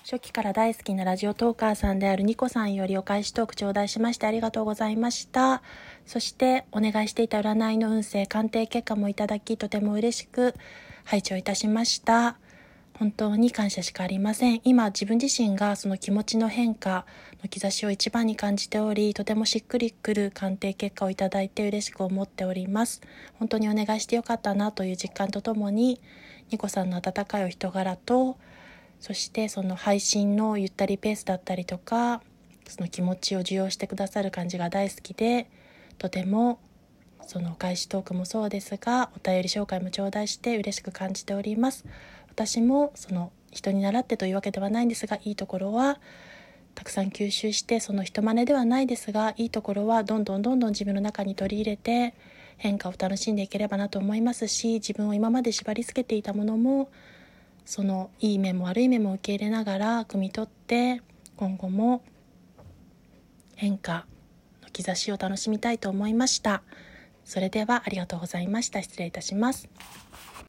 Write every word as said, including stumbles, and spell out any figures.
初期から大好きなラジオトーカーさんであるニコさんよりお返しトーク頂戴しましてありがとうございました。そしてお願いしていた占いの運勢鑑定結果もいただき、とても嬉しく拝聴いたしました。本当に感謝しかありません。今自分自身がその気持ちの変化の兆しを一番に感じており、とてもしっくりくる鑑定結果をいただいて嬉しく思っております。本当にお願いしてよかったなという実感とともに、ニコさんの温かいお人柄と、そしてその配信のゆったりペースだったりとか、その気持ちを受容してくださる感じが大好きで、とてもそのお返しトークもそうですが、お便り紹介も頂戴して嬉しく感じております。私もその人に習ってというわけではないんですが、いいところはたくさん吸収して、その人真似ではないですが、いいところはどんどんどんどん自分の中に取り入れて変化を楽しんでいければなと思いますし、自分を今まで縛り付けていたものも、そのいい面も悪い面も受け入れながら汲み取って、今後も変化の兆しを楽しみたいと思いました。それではありがとうございました。失礼いたします。